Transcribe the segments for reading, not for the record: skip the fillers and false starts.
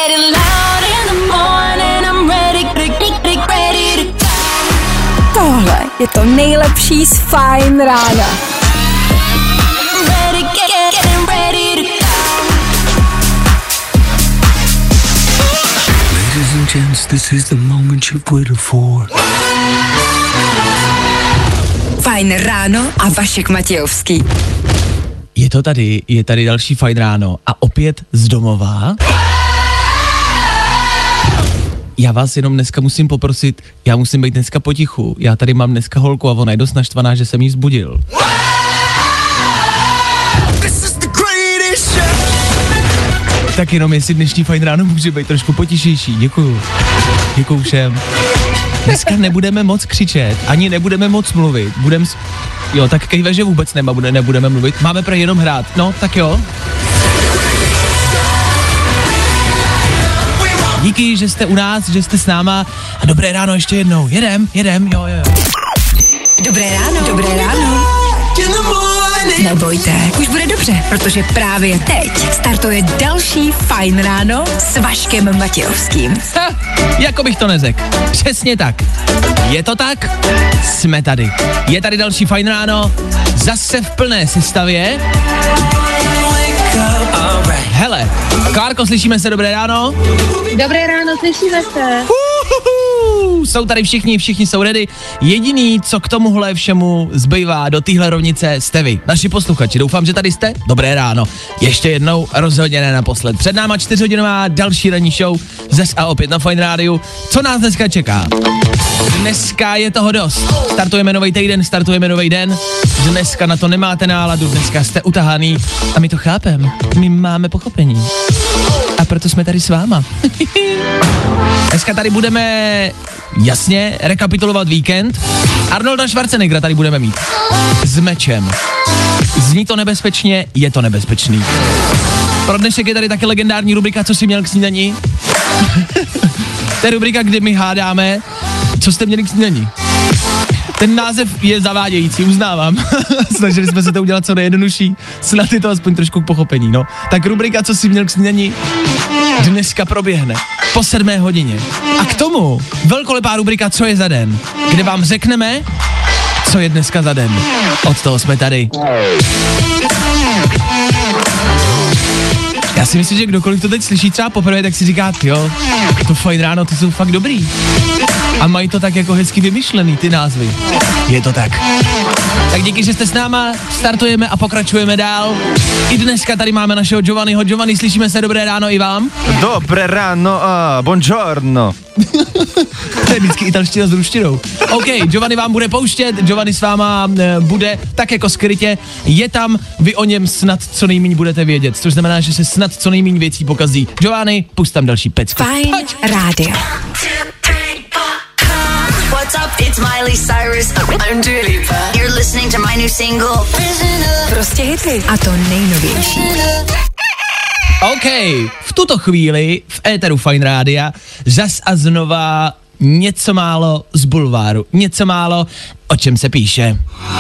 Tohle je to nejlepší z Fajn rána. Ladies and gents, this is the moment you've waited for. Fajn ráno a Vašek Matějovský. Je tady další Fajn ráno a opět z domova. Já vás jenom dneska musím poprosit, já musím být dneska potichu. Já tady mám dneska holku a ona je dost naštvaná, že jsem jí vzbudil. Tak jenom jestli dnešní Fajn ráno může být trošku potišejší. Děkuju všem. Dneska nebudeme moc křičet, ani nebudeme moc mluvit. Jo, tak kejve, že vůbec nebudeme mluvit. Máme pro jenom hrát. No, tak jo. Díky, že jste u nás, že jste s náma. A dobré ráno ještě jednou. Jedem, jo. Dobré ráno. Nebojte, už bude dobře, protože právě teď startuje další Fajn ráno s Vaškem Matějovským. Jako bych to nezekl. Přesně tak. Je to tak? Jsme tady. Je tady další Fajn ráno, zase v plné sestavě. Hele, Klárko, slyšíme se, dobré ráno? Dobré ráno, slyšíme se. Jsou tady všichni jsou ready. Jediný, co k tomuhle všemu zbývá do téhle rovnice, jste vy, naši posluchači. Doufám, že tady jste. Dobré ráno. Ještě jednou, rozhodně ne naposled. Před náma 4hodinová další ranní show, zes a opět na Fajn rádiu. Co nás dneska čeká? Dneska je toho dost. Startujeme nový týden, startujeme nový den. Dneska na to nemáte náladu, dneska jste utahaný a my to chápem. My máme pochopení. A proto jsme tady s váma. Dneska tady budeme jasně rekapitulovat víkend. Arnolda Schwarzeneggera tady budeme mít s mečem. Zní to nebezpečně, je to nebezpečný. Pro dnešek je tady taky legendární rubrika Co jsi měl k snídani. To je rubrika, kdy my hádáme, co jste měli k snídani. Ten název je zavádějící, uznávám. Snažili jsme se to udělat co nejjednodušší, snad je to aspoň trošku k pochopení, no. Tak rubrika Co jsi měl k snídani dneska proběhne po 7 hodině. A k tomu velkolepá rubrika Co je za den, kde vám řekneme, co je dneska za den. Od toho jsme tady. Já si myslím, že kdokoliv to teď slyší třeba poprvé, tak si říká, jo, to Fajn ráno, ty jsou fakt dobrý. A mají to tak jako hezky vymyšlený, ty názvy. Je to tak. Tak díky, že jste s náma, startujeme a pokračujeme dál. I dneska tady máme našeho Giovanniho. Giovanni, slyšíme se, dobré ráno i vám. Dobré ráno a buongiorno. To je vždycky italština s ruštinou. OK, Giovanni vám bude pouštět, Giovanni s váma bude tak jako skrytě. Je tam, vy o něm snad co nejméně budete vědět, což znamená, že se snad co nejméně věcí pokazí. Giovanni, pust tam další pecku. Fajn rádio. What's up? It's Miley Cyrus. I'm Dua Lipa. You're listening to my new single. Prostě hity. A to nejnovější. OK, v tuto chvíli v éteru Fajn rádia zas a znova něco málo z bulváru. Něco málo, o čem se píše.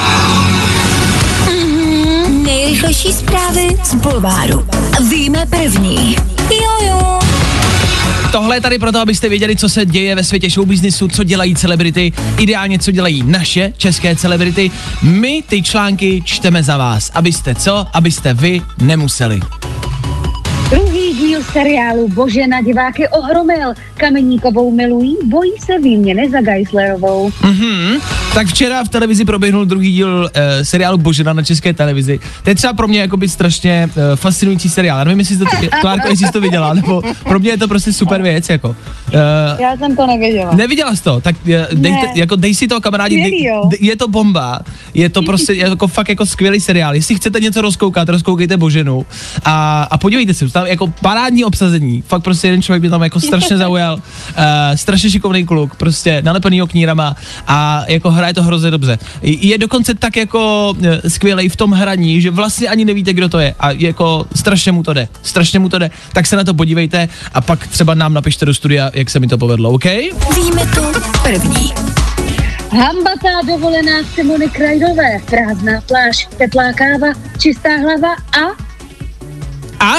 Nejrychlejší zprávy z bulváru. Víme první. Jo. Tohle je tady proto, abyste věděli, co se děje ve světě showbiznisu, co dělají celebrity, ideálně co dělají naše české celebrity. My ty články čteme za vás, abyste vy nemuseli. Druhý díl seriálu Božena diváky ohromil. Kameníkovou milují, bojí se výměny za Geislerovou. Tak včera v televizi proběhnul druhý díl seriálu Božena na České televizi. To je třeba pro mě jakoby strašně fascinující seriál. Já nevím, jestli Klárko, jestli jsi to viděla, nebo pro mě je to prostě super věc, jako. Já jsem to neviděla. Neviděla jsi to? Tak dej si to, kamarádi, je to bomba. Je to prostě jako fakt jako skvělý seriál. Jestli chcete něco rozkoukat, rozkoukejte Boženu a podívejte se, tam jako parádní obsazení. Fakt prostě jeden člověk mě tam jako strašně zaujal. Strašně šikovný kluk, prostě nalepenýho knírama a jako hraje to hrozně dobře. Je dokonce tak jako skvělej v tom hraní, že vlastně ani nevíte, kdo to je a jako strašně mu to jde. Tak se na to podívejte a pak třeba nám napište do studia, jak se mi to povedlo, OK? Víme to první. Hambatá dovolená Simony Krajdové, prázdná pláž, teplá káva, čistá hlava a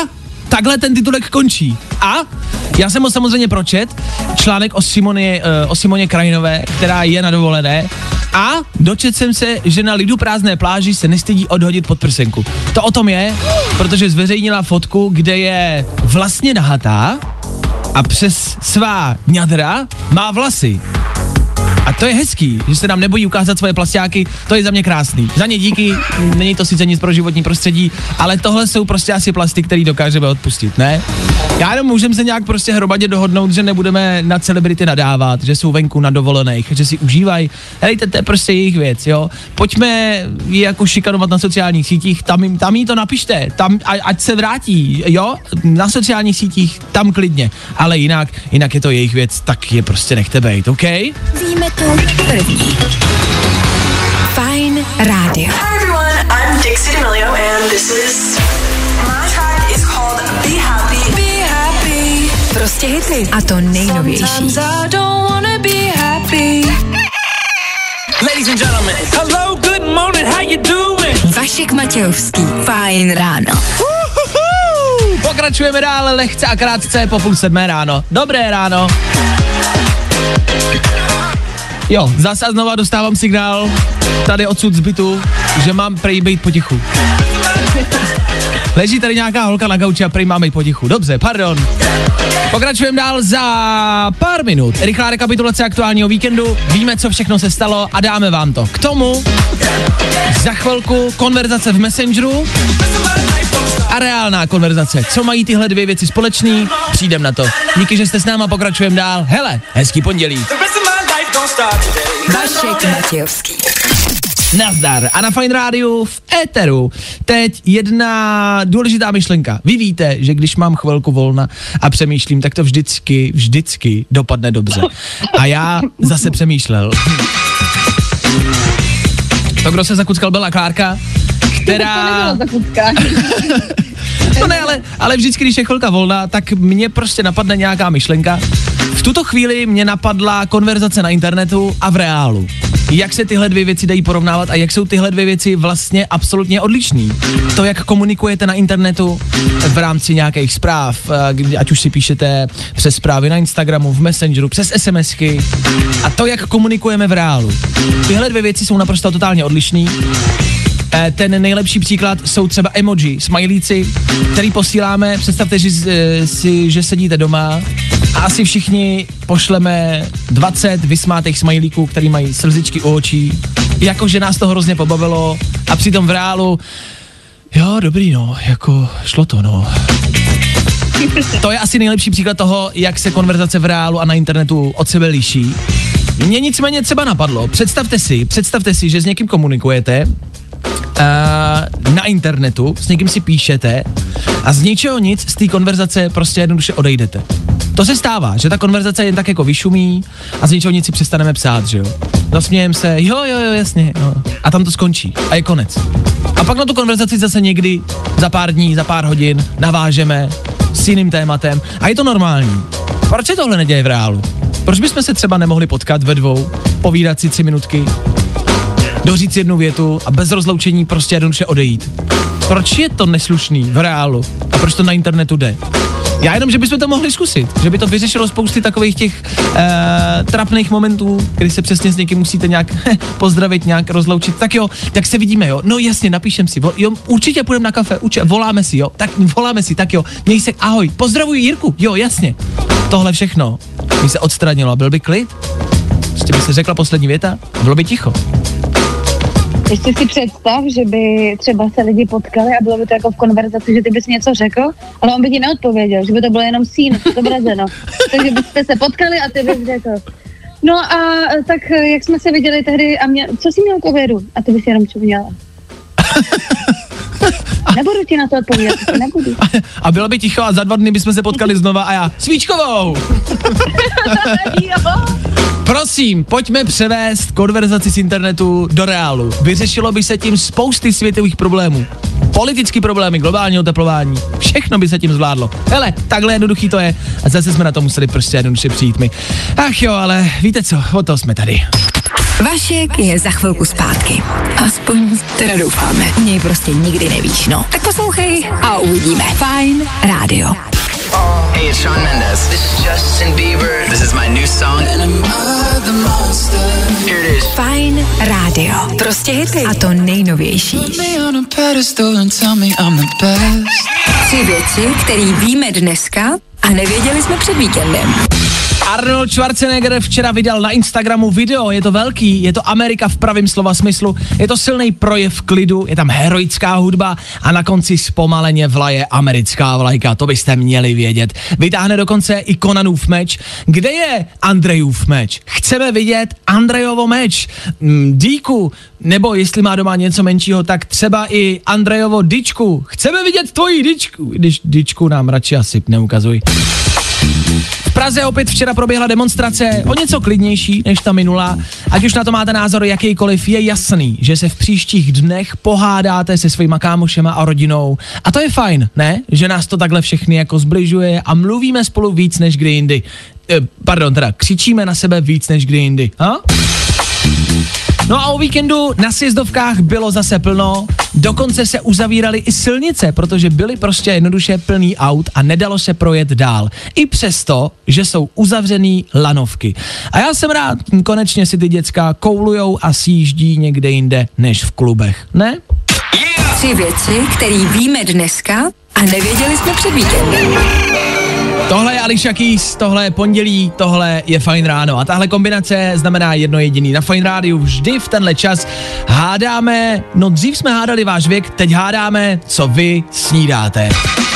Takhle ten titulek končí. A já jsem ho samozřejmě pročet, článek o Simoně Krajinové, která je na dovolené, a dočet jsem se, že na lidu prázdné pláži se nestydí odhodit podprsenku. To o tom je, protože zveřejnila fotku, kde je vlastně nahatá a přes svá ňadra má vlasy. A to je hezký, že se nám nebojí ukázat svoje plastiáky, to je za mě krásný. Za ně díky, není to sice nic pro životní prostředí, ale tohle jsou prostě asi plasty, který dokážeme odpustit, ne? Já jenom můžeme se nějak prostě hromadě dohodnout, že nebudeme na celebrity nadávat, že jsou venku na dovolených, že si užívají. Helejte, to je prostě jejich věc, jo. Pojďme ji jako šikanovat na sociálních sítích, tam jí to napište, tam ať se vrátí, jo, na sociálních sítích, tam klidně, ale jinak je to jejich věc, tak je prostě nechte bejt, OK? Víme to první. Fajn rádio. Hi everyone, I'm Dixie D'Amelio and this is... My track is called Be Happy. Be happy. Prostě hity. A to nejnovější. I don't wanna be happy. Ladies and gentlemen, hello, good morning, how you doing? Vašek Matějovský. Fajn ráno. Pokračujeme dál lehce a krátce po 6:30 ráno. Dobré ráno. Jo, zase znova dostávám signál tady odsud z bytu, že mám prej být potichu. Leží tady nějaká holka na gauči a prej mám být potichu. Dobře, pardon. Pokračujeme dál za pár minut. Rychlá rekapitulace aktuálního víkendu. Víme, co všechno se stalo a dáme vám to. K tomu za chvilku konverzace v Messengeru a reálná konverzace. Co mají tyhle dvě věci společný? Přijdem na to. Díky, že jste s náma, pokračujeme dál. Hele, hezký pondělí. Vašek Matějovský. Nazdar. A na Fajn rádiu v éteru teď jedna důležitá myšlenka. Vy víte, že když mám chvilku volna a přemýšlím, tak to vždycky dopadne dobře. A já zase přemýšlel. To, kdo se zakuckal, byla Klárka, která... To nebylo zakuckání. No ne, ale vždycky, když je chvilka volná, tak mně prostě napadne nějaká myšlenka. V tuto chvíli mě napadla konverzace na internetu a v reálu. Jak se tyhle dvě věci dají porovnávat a jak jsou tyhle dvě věci vlastně absolutně odlišný. To, jak komunikujete na internetu v rámci nějakých zpráv, ať už si píšete přes zprávy na Instagramu, v Messengeru, přes SMSky, a to, jak komunikujeme v reálu. Tyhle dvě věci jsou naprosto totálně odlišný. Ten nejlepší příklad jsou třeba emoji, smajlíci, který posíláme. Představte si, že sedíte doma a asi všichni pošleme 20 vysmátých smajlíků, který mají slzičky u očí. Jakože nás to hrozně pobavilo a přitom v reálu, jo, dobrý, no, jako šlo to, no. To je asi nejlepší příklad toho, jak se konverzace v reálu a na internetu od sebe liší. Mně nicméně třeba napadlo, představte si, že s někým komunikujete, na internetu, s někým si píšete a z ničeho nic z té konverzace prostě jednoduše odejdete. To se stává, že ta konverzace jen tak jako vyšumí a z ničeho nic si přestaneme psát, že jo. Zasmějeme se, jo, jasně, no. A tam to skončí a je konec. A pak na tu konverzaci zase někdy za pár dní, za pár hodin navážeme s jiným tématem a je to normální. Proč se tohle neděje v reálu? Proč bychom se třeba nemohli potkat ve dvou, povídat si 3 minutky, doříct jednu větu a bez rozloučení prostě jednoduše odejít? Proč je to neslušný v reálu a proč to na internetu jde? Já jenom, že bychom to mohli zkusit, že by to vyřešilo spousty takových těch trapných momentů, kdy se přesně s někým musíte nějak pozdravit, nějak rozloučit. Tak jo, tak se vidíme, jo. No jasně, napíšem si, jo, určitě půjdeme na kafe, voláme si, jo. Tak jo, měj se, ahoj, pozdravuji Jirku, jo, jasně. Tohle všechno by se odstranilo, byl by klid, prostě by se řekla poslední věta a bylo by ticho. Ještě si představ, že by třeba se lidi potkali a bylo by to jako v konverzaci, že ty bys něco řekl, ale on by ti neodpověděl, že by to bylo jenom zobrazeno. Takže byste se potkali a ty bys řekl. No a tak jak jsme se viděli tehdy a co jsi měl k obědu? A ty bys jenom čuměla. Nebudu ti na to odpovědět, nebudu. A bylo by ticho a za 2 dny bychom se potkali znova a já, Svíčkovou! Prosím, pojďme převést konverzaci z internetu do reálu. Vyřešilo by se tím spousty světových problémů. Politické problémy, globální oteplování, všechno by se tím zvládlo. Hele, takhle jednoduchý to je a zase jsme na to museli prostě jednoduše přijít my. Ach jo, ale víte co, o to jsme tady. Vašek je za chvilku zpátky. Aspoň teda doufáme. U něj prostě nikdy nevíš, no. Tak poslouchej a uvidíme. Fajn rádio. Hey, it's Shawn Mendes. This is Justin Bieber. This is my new song. And I'm the monster. Here it is. Fajn rádio. Prostě hity. A to nejnovější. 3 věci, které víme dneska a nevěděli jsme před víkendem. Arnold Schwarzenegger včera vydal na Instagramu video, je to velký, je to Amerika v pravém slova smyslu, je to silný projev klidu, je tam heroická hudba a na konci zpomaleně vlaje americká vlajka, to byste měli vědět. Vytáhne dokonce i Conanův meč. Kde je Andrejův meč? Chceme vidět Andrejovo meč. Díku, nebo jestli má doma něco menšího, tak třeba i Andrejovo dyčku. Chceme vidět tvoji dyčku, když dyčku nám radši asi neukazuj. V Praze opět včera proběhla demonstrace o něco klidnější než ta minulá. Ať už na to máte názor jakýkoliv, je jasný, že se v příštích dnech pohádáte se svýma kámošema a rodinou. A to je fajn, ne? Že nás to takhle všechny jako zbližuje a mluvíme spolu víc než kdy jindy. Křičíme na sebe víc než kdy jindy. Ha? No a o víkendu na sjezdovkách bylo zase plno, dokonce se uzavíraly i silnice, protože byly prostě jednoduše plný aut a nedalo se projet dál. I přesto, že jsou uzavřený lanovky. A já jsem rád, konečně si ty děcka koulujou a sjíždí někde jinde než v klubech, ne? 3 věci, které víme dneska a nevěděli jsme před víkendem. Tohle je Alicia Keys, tohle je pondělí, tohle je Fajn ráno a tahle kombinace znamená jedno jediný. Na Fajn rádiu vždy v tenhle čas hádáme, no dřív jsme hádali váš věk, teď hádáme, co vy snídáte.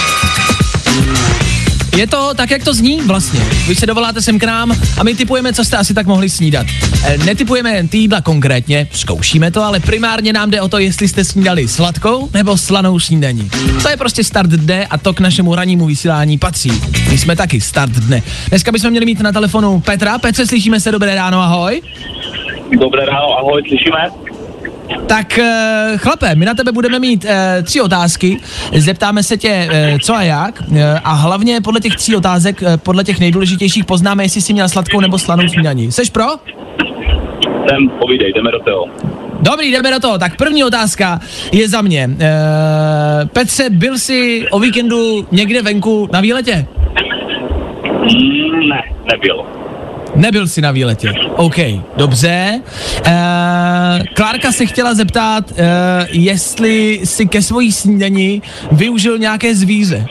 Je to tak, jak to zní vlastně. Vy se dovoláte sem k nám a my tipujeme, co jste asi tak mohli snídat. Netipujeme ty jídla konkrétně, zkoušíme to, ale primárně nám jde o to, jestli jste snídali sladkou nebo slanou snídaní. To je prostě start dne a to k našemu rannímu vysílání patří. My jsme taky start dne. Dneska bychom měli mít na telefonu Petra. Petře, slyšíme se, dobré ráno, ahoj. Dobré ráno, ahoj, slyšíme? Tak chlape, my na tebe budeme mít 3 otázky, zeptáme se tě co a jak a hlavně podle těch 3 otázek, podle těch nejdůležitějších poznáme, jestli jsi měl sladkou nebo slanou snídaní. Seš pro? Povídej, jdeme do toho. Dobrý, jdeme do toho. Tak první otázka je za mě. Petře, byl jsi o víkendu někde venku na výletě? Ne, nebyl. Nebyl jsi na výletě. OK, dobře. Klárka se chtěla zeptat, jestli si ke svojí snídani využil nějaké zvíře.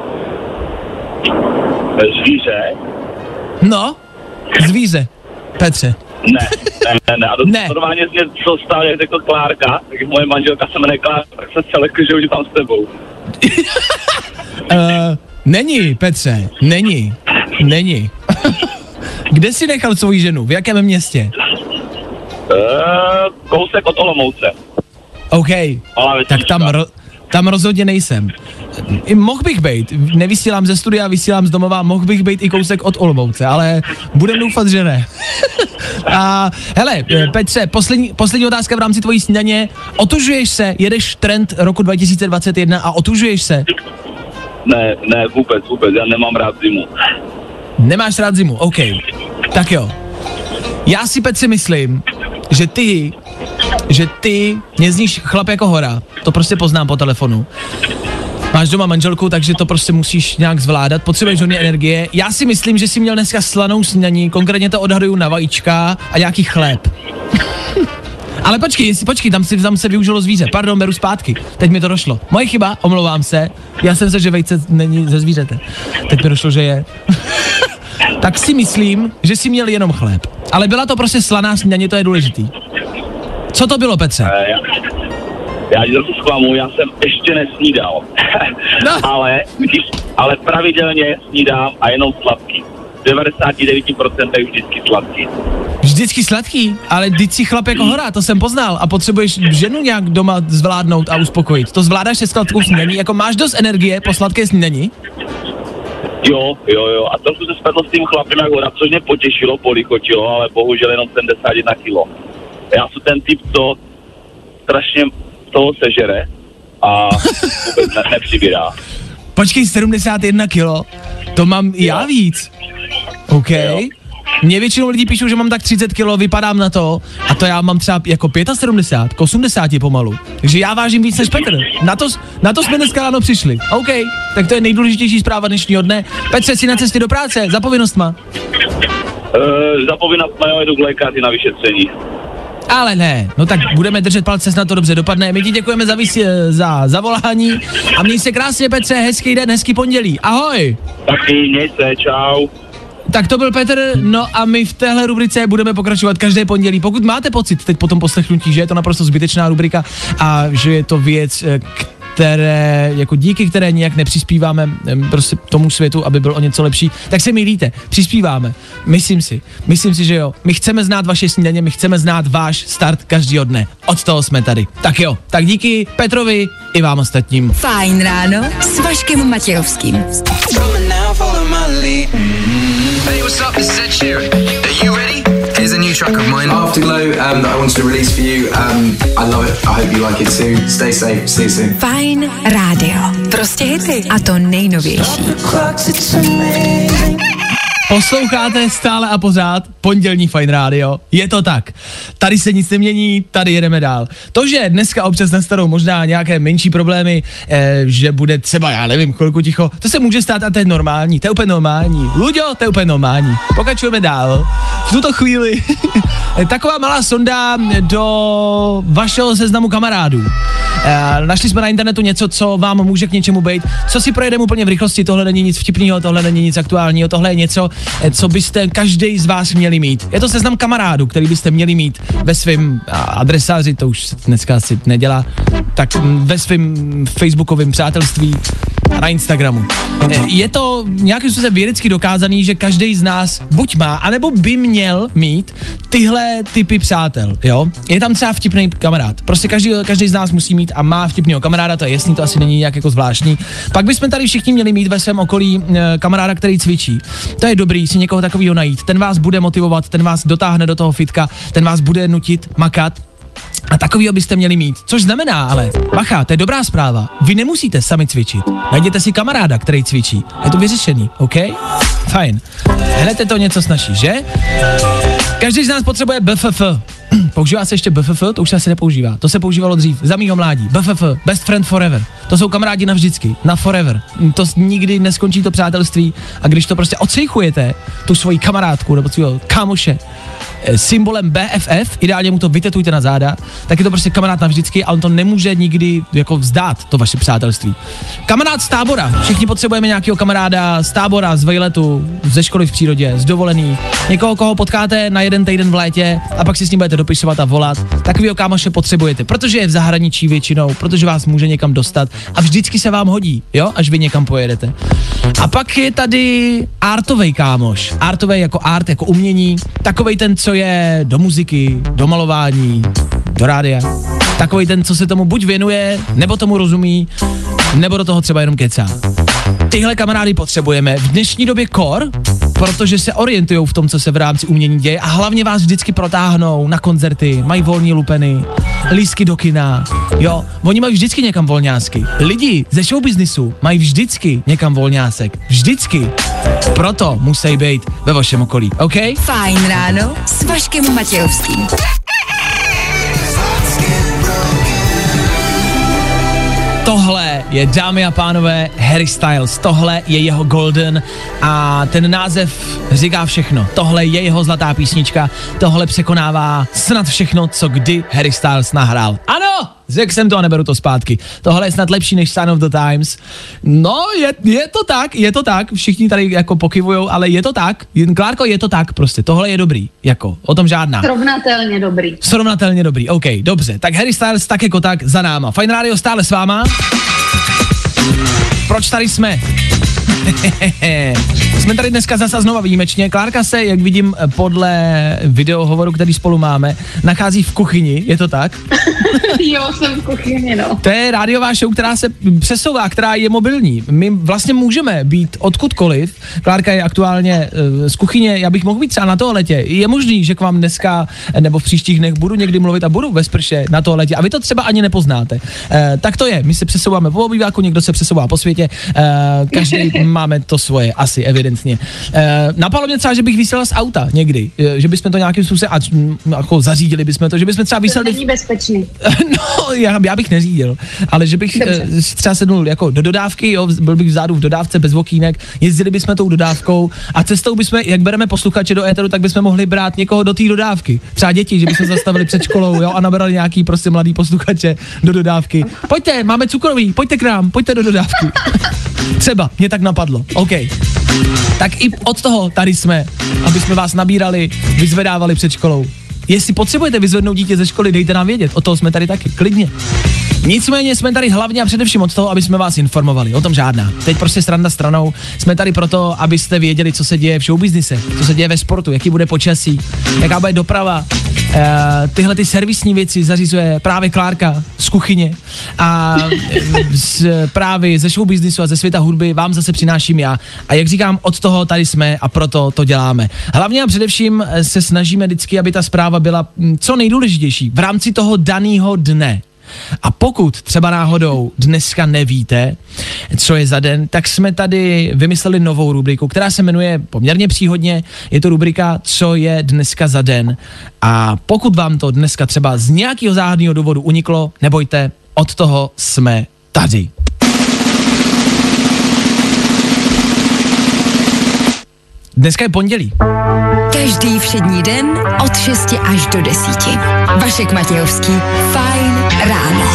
Zvíře? No, zvíře. Petře. Ne. A normálně z mě co stál, jak řekl Klárka, tak moje manželka se jmenuje Klárka, tak jsem se lekl, že už tam s tebou. Není, Petře, není. Kde jsi nechal svoji ženu? V jakém městě? Kousek od Olomouce. OK, tak tam rozhodně nejsem. Mohl bych být, nevysílám ze studia, vysílám z domova, mohl bych být i kousek od Olomouce, ale budem doufat, že ne. A hele, Petře, poslední otázka v rámci tvojí snídaně. Otužuješ se, jedeš trend roku 2021 a otužuješ se? Ne, vůbec, já nemám rád zimu. Nemáš rád zimu, OK. Tak jo. Já si, Petře, myslím, že ty nezníš chlap jako hora. To prostě poznám po telefonu. Máš doma manželku, takže to prostě musíš nějak zvládat. Potřebuješ hodně energie. Já si myslím, že jsi měl dneska slanou snídaní, konkrétně to odhaduju na vajíčka a nějaký chléb. Ale počkej, tam se využilo zvíře. Pardon, beru zpátky. Teď mi to došlo. Moje chyba, omlouvám se. Já jsem se, že vejce není ze zvířete. Teď mi došlo, že je. Tak si myslím, že jsi měl jenom chléb. Ale byla to prostě slaná snídaně, to je důležitý. Co to bylo, Petře? Já ti trochu zklamu, já jsem ještě nesnídal. No. ale pravidelně snídám a jenom sladký. 99% je vždycky sladký. Vždycky sladký? Ale vždyť si chlap jako hora, to jsem poznal. A potřebuješ ženu nějak doma zvládnout a uspokojit. To zvládáš se sladkou snídaní? Jako máš dost energie po sladké snídaní? Jo. A trošku se spadlo s tím chlapem jak hora, což mě potěšilo, polichotilo, ale bohužel jenom 71 kilo. Já jsem ten typ, co strašně toho sežere a vůbec nepřibírá. Počkej, 71 kilo? To mám i já víc. OK. Mě většinou lidí píšou, že mám tak 30 kilo, vypadám na to, a to já mám třeba jako 75, k 80 pomalu. Takže já vážím víc než Petr. Na to jsme dneska ráno přišli. OK, tak to je nejdůležitější zpráva dnešního dne. Petře, jsi na cestě do práce, za povinnostma? Za povinnostma, jo, jdu k lékaři na vyšetření. Ale ne, no tak budeme držet palce, snad to dobře dopadne. My ti děkujeme za zavolání a měj se krásně, Petře, hezký den, hezký pondělí. Ahoj! Taky, měj se, čau. Tak to byl Petr, no a my v téhle rubrice budeme pokračovat každé pondělí. Pokud máte pocit teď po tom poslechnutí, že je to naprosto zbytečná rubrika a že je to věc, díky které nijak nepřispíváme prostě tomu světu, aby byl o něco lepší, tak se milíte, přispíváme. Myslím si, že jo. My chceme znát vaše snídaně, my chceme znát váš start každýho dne. Od toho jsme tady. Tak jo, tak díky Petrovi i vám ostatním. Fajn ráno s Vaškem Matějovským. Hey, what's up? This is Ed Sheeran. Are you ready? Here's a new track of mine. Afterglow that I wanted to release for you. I love it. I hope you like it too. Stay safe. See you soon. Fajn rádio. Prostě hity. A to nejnovější. Posloucháte stále a pořád pondělní Fajn rádio. Je to tak. Tady se nic nemění, tady jedeme dál. To, že dneska občas nastanou možná nějaké menší problémy, že bude třeba, já nevím, chvilku ticho, to se může stát a to je normální, to je úplně normální. Luďo, to je úplně normální. Pokračujeme dál. V tuto chvíli taková malá sonda do vašeho seznamu kamarádů. Našli jsme na internetu něco, co vám může k něčemu být, co si projedeme úplně v rychlosti, tohle není nic vtipného, tohle není nic aktuálního, tohle je něco, co byste každý z vás měli mít. Je to seznam kamarádů, který byste měli mít ve svém adresáři, to už dneska asi nedělá, tak ve svém facebookovém přátelství na Instagramu. Je to nějakým způsobem vědecky dokázaný, že každý z nás buď má, anebo by měl mít tyhle typy přátel, jo? Je tam třeba vtipný kamarád. Prostě každý z nás musí mít a má vtipného kamaráda, to je jasný, to asi není nějak jako zvláštní. Pak bychom tady všichni měli mít ve svém okolí kamaráda, který cvičí. To je dobrý si někoho takového najít. Ten vás bude motivovat, ten vás dotáhne do toho fitka, ten vás bude nutit makat. A takovýho byste měli mít. Což znamená, ale bacha, to je dobrá zpráva. Vy nemusíte sami cvičit. Najděte si kamaráda, který cvičí. Je to vyřešený, OK? Fajn. Hned je to něco snaží, že? Každý z nás potřebuje BFF. Používá se ještě BFF? To už se asi nepoužívá. To se používalo dřív, za mýho mládí. BFF, Best Friend Forever. To jsou kamarádi navždycky, na forever. To nikdy neskončí to přátelství a když to prostě odsejchujete, tu svoji kamarádku nebo svého kámoše, symbolem BFF, ideálně mu to vytetujte na záda, tak je to prostě kamarád navždycky a on to nemůže nikdy jako vzdát, to vaše přátelství. Kamarád z tábora. Všichni potřebujeme nějakého kamaráda z tábora, z vejletu, ze školy v přírodě, z dovolený. Někoho, koho potkáte na jeden týden v létě a pak si s ním budete dopisovat a volat. Takovýho kámoše potřebujete, protože je v zahraničí většinou, protože vás může někam dostat a vždycky se vám hodí, jo, až vy někam pojedete. A pak je tady artovej kámoš. Artovej jako art, jako umění, takovej ten, co je do muziky, do malování, do rádia. Takovej ten, co se tomu buď věnuje, nebo tomu rozumí, nebo do toho třeba jenom kecá. Tyhle kamarády potřebujeme v dnešní době kor, protože se orientujou v tom, co se v rámci umění děje a hlavně vás vždycky protáhnou na koncerty, mají volný lupeny, lístky do kina, jo, oni mají vždycky někam volňásky. Lidi ze showbiznisu mají vždycky někam volňásek, vždycky. Proto musí být ve vašem okolí, OK? Fajn ráno s Vaškem Matějovským. Tohle je, dámy a pánové, Harry Styles, tohle je jeho Golden a ten název říká všechno. Tohle je jeho zlatá písnička, tohle překonává snad všechno, co kdy Harry Styles nahrál. Ano, řekl jsem to a neberu to zpátky. Tohle je snad lepší než Sign of the Times. No, je to tak, všichni tady jako pokyvujou, ale je to tak, Klárko, je to tak prostě, tohle je dobrý, jako, o tom žádná. Srovnatelně dobrý, OK, dobře, tak Harry Styles tak jako tak za náma. Fajn rádio stále s váma. Proč tady jsme? Jsme tady dneska zase znova výjimečně. Klárka se, jak vidím podle videohovoru, který spolu máme, nachází v kuchyni, je to tak? Jo, jsem v kuchyni, no. To je rádiová show, která se přesouvá, která je mobilní. My vlastně můžeme být odkudkoliv. Klárka je aktuálně z kuchyně, já bych mohl být třeba na toaletě. Je možný, že k vám dneska nebo v příštích dnech budu někdy mluvit a budu ve sprše na toaletě a vy to třeba ani nepoznáte. Tak to je, my se přesouváme po obýváku, někdo se přesouvá po světě, každý máme to svoje, asi evidentně. Napadlo mě třeba, že bych vysílal z auta někdy, že bychom to nějakým způsobem jako zařídili bychom to, že bychom třeba vysílali... To není bezpečný. No, já bych neřídil, ale že bych třeba sednul jako do dodávky, jo, byl bych vzadu v dodávce bez okýnek, jezdili bychom tou dodávkou a cestou bychom, jak bereme posluchače do éteru, tak bychom mohli brát někoho do té dodávky. Třeba děti, že bychom zastavili před školou, jo, a nabrali nějaký prostě mladý posluchače do dodávky. Pojďte, máme cukroví, pojďte k nám, pojďte do dodávky. Třeba, mě tak napadlo. OK. Tak i od toho tady jsme, aby jsme vás nabírali, vyzvedávali před školou. Jestli potřebujete vyzvednout dítě ze školy, dejte nám vědět, o toho jsme tady taky, klidně. Nicméně jsme tady hlavně a především od toho, aby jsme vás informovali, o tom žádná. Teď prostě sranda stranou, jsme tady proto, abyste věděli, co se děje v showbiznise, co se děje ve sportu, jaký bude počasí, jaká bude doprava. Tyhle ty servisní věci zařizuje právě Klárka z kuchyně a právě ze showbiznisu a ze světa hudby vám zase přináším já. A jak říkám, od toho tady jsme a proto to děláme. Hlavně a především se snažíme vždycky, aby ta zpráva byla co nejdůležitější v rámci toho daného dne. A pokud třeba náhodou dneska nevíte, co je za den, tak jsme tady vymysleli novou rubriku, která se jmenuje poměrně příhodně, je to rubrika Co je dneska za den. A pokud vám to dneska třeba z nějakého záhadného důvodu uniklo, nebojte, od toho jsme tady. Dneska je pondělí. Každý všední den od 6 až do 10. Vašek Matějovský, Fajn ráno.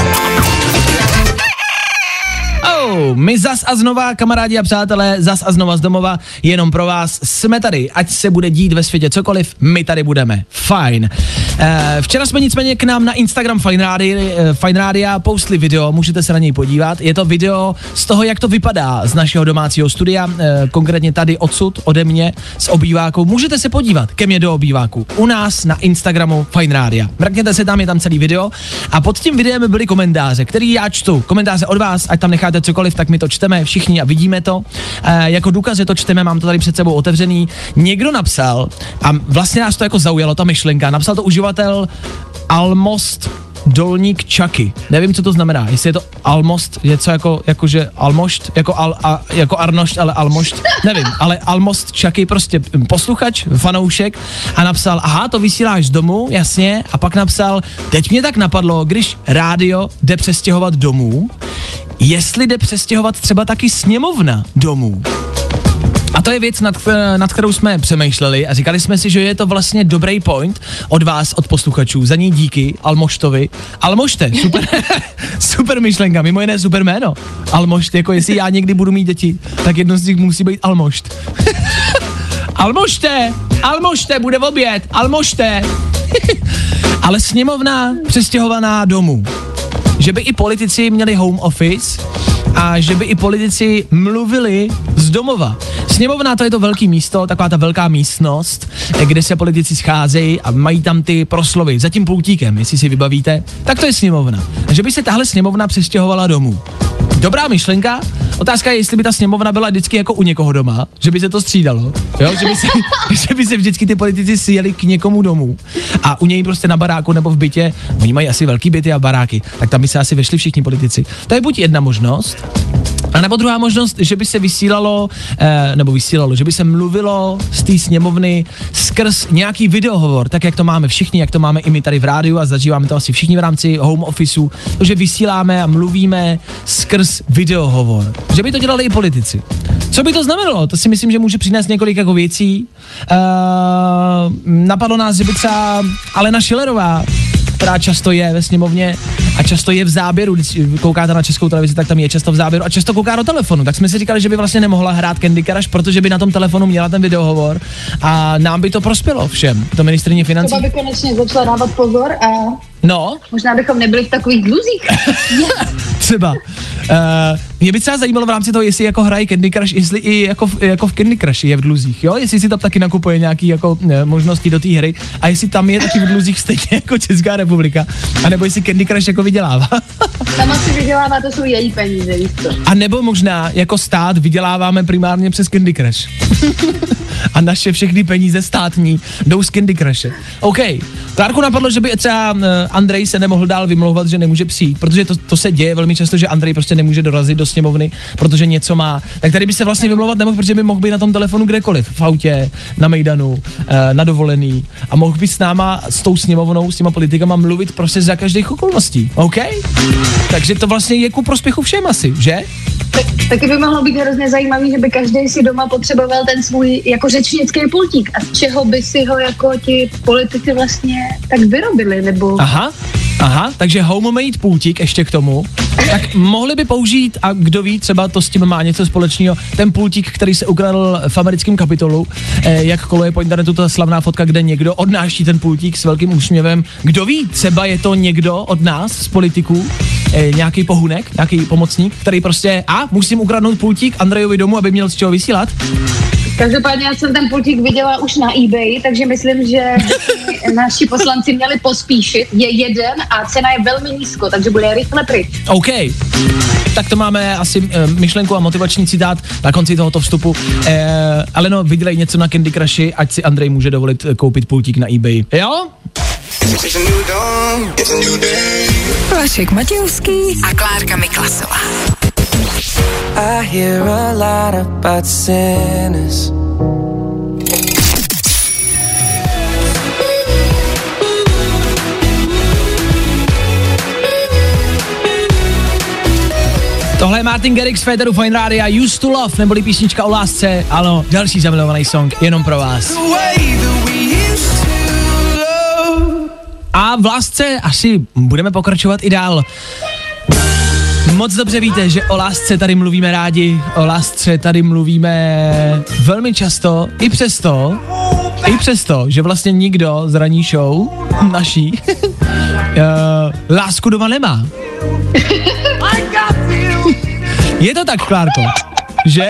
My zas a znova, kamarádi a přátelé, zas a znova z domova, jenom pro vás jsme tady, ať se bude dít ve světě cokoliv, my tady budeme. Fajn. Včera jsme nicméně k nám na Instagram Fajn Rádia postli video, můžete se na něj podívat. Je to video z toho, jak to vypadá z našeho domácího studia, konkrétně tady odsud, ode mě, z obýváku. Můžete se podívat ke mně do obýváku u nás na Instagramu Fajn Rádia. Mrkněte se tam, je tam celý video a pod tím videem byly komentáře, který já čtu. Komentáře od vás, ať tam necháte cokoliv, tak my to čteme všichni a vidíme to. Jako důkaz, že to čteme, mám to tady před sebou otevřený. Někdo napsal, a vlastně nás to jako zaujalo, ta myšlenka, napsal to uživatel Almost Dolník Čaky. Nevím, co to znamená. Jestli je to Almost, něco jakože Almošt, jako Arnošt, ale Almošt. Nevím, ale Almost Čaky, prostě posluchač, fanoušek a napsal, aha, to vysíláš z domu, jasně, a pak napsal, teď mě tak napadlo, když rádio jde přestěhovat domů, jestli jde přestěhovat třeba taky sněmovna domů. A to je věc, nad kterou jsme přemýšleli a říkali jsme si, že je to vlastně dobrý point od vás, od posluchačů. Za ní díky Almoštovi. Almošte, super, super myšlenka, mimo jiné super jméno. Almošt, jako jestli já někdy budu mít děti, tak jedno z nich musí být Almošt. Almošte, bude v oběd, Almošte. Ale sněmovna přestěhovaná domů. Že by i politici měli home office a že by i politici mluvili z domova. Sněmovna, to je to velké místo, taková ta velká místnost, kde se politici scházejí a mají tam ty proslovy za tím pultíkem, jestli si vybavíte, tak to je sněmovna. Že by se tahle sněmovna přestěhovala domů. Dobrá myšlenka. Otázka je, jestli by ta sněmovna byla vždycky jako u někoho doma, že by se to střídalo, jo? Že by se vždycky ty politici sjeli k někomu domů a u něj prostě na baráku nebo v bytě, oni mají asi velký byty a baráky, tak tam by se asi vešli všichni politici. To je buď jedna možnost, a nebo druhá možnost, že by se vysílalo, že by se mluvilo z té sněmovny skrz nějaký videohovor, tak jak to máme všichni, jak to máme i my tady v rádiu a zažíváme to asi všichni v rámci home officeu, že vysíláme a mluvíme skrz videohovor. Že by to dělali i politici. Co by to znamenalo? To si myslím, že může přinést několik jako věcí. Napadlo nás, že by třeba Alena Schillerová, která často je ve sněmovně a často je v záběru, když koukáte na Českou televizi, tak tam je často v záběru a často kouká do telefonu, tak jsme si říkali, že by vlastně nemohla hrát Candy Crush, protože by na tom telefonu měla ten videohovor a nám by to prospělo všem, to ministryně financí. Třeba by konečně začala dávat pozor a možná bychom nebyli v takových dluzích. Třeba. Mě by třeba zajímalo v rámci toho, jestli jako hraje Candy Crush, jestli i jako v Candy Crush je v dluzích, jo? Jestli si tam taky nakupuje nějaký jako možnosti do té hry a jestli tam je taky v dluzích stejně jako Česká republika, anebo jestli Candy Crush jako vydělává. Tam asi vydělává, to jsou její peníze, víš co? A nebo možná jako stát vyděláváme primárně přes Candy Crush. a naše všechny peníze státní jdou z Candy Crushe. OK. Klárku napadlo, že by třeba Andrej se nemohl dál vymlouvat, že nemůže přijít, protože to se děje velmi často, že Andrej prostě nemůže dorazit do sněmovny, protože něco má. Tak tady by se vlastně vymlouvat nemohl, protože by mohl být na tom telefonu kdekoliv, v autě, na mejdanu, na dovolený a mohl by s náma, s tou sněmovnou, s těma politikama mluvit prostě za každých okolností. OK? Takže to vlastně je ku prospěchu všem asi, že? Taky by mohlo být hrozně zajímavý, že by každý si doma potřeboval ten svůj jako řečnický pultík a z čeho by si ho jako ti politici vlastně tak vyrobili, nebo... Aha, takže homemade pultík ještě k tomu. Tak mohli by použít, a kdo ví, třeba to s tím má něco společného, ten pultík, který se ukradl v americkém Kapitolu, jak koluje po internetu ta slavná fotka, kde někdo odnáší ten pultík s velkým úsměvem. Kdo ví, třeba je to někdo od nás, z politiků, nějaký pohunek, nějaký pomocník, který prostě, musím ukradnout pultík Andrejovi domů, aby měl z čeho vysílat. Každopádně já jsem ten pultík viděla už na eBay, takže myslím, že naši poslanci měli pospíšit. Je jeden a cena je velmi nízko, takže bude rychle pryč. OK. Tak to máme asi myšlenku a motivační citát na konci tohoto vstupu. Ale no, vydělej něco na Candy Crushi, ať si Andrej může dovolit koupit pultík na eBay. Jo? Vašek Matějovský a Klárka Miklasová. I hear a lot about sinners. Tohle je Martin Garrix z Féteru Fine Rádia, Used to Love, neboli písnička o lásce, ano, další zamilovaný song, jenom pro vás. A v lásce asi budeme pokračovat i dál. Moc dobře víte, že o lásce tady mluvíme rádi, o lásce tady mluvíme velmi často, i přesto, že vlastně nikdo z ranní show naší lásku doma nemá. Je to tak, Klárko, že?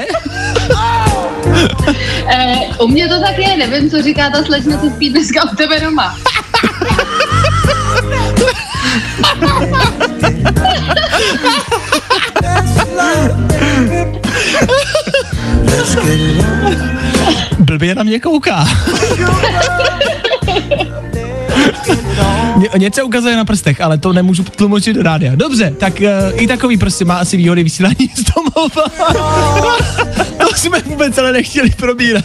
U mě to tak je, nevím, co říká ta slečna, co spí dneska u tebe doma. Blbě na mě kouká. Něco ukazuje na prstech, ale to nemůžu tlumočit do rádia. Dobře, tak i takový prostě má asi výhody vysílání z domova. To jsme vůbec ale nechtěli probírat.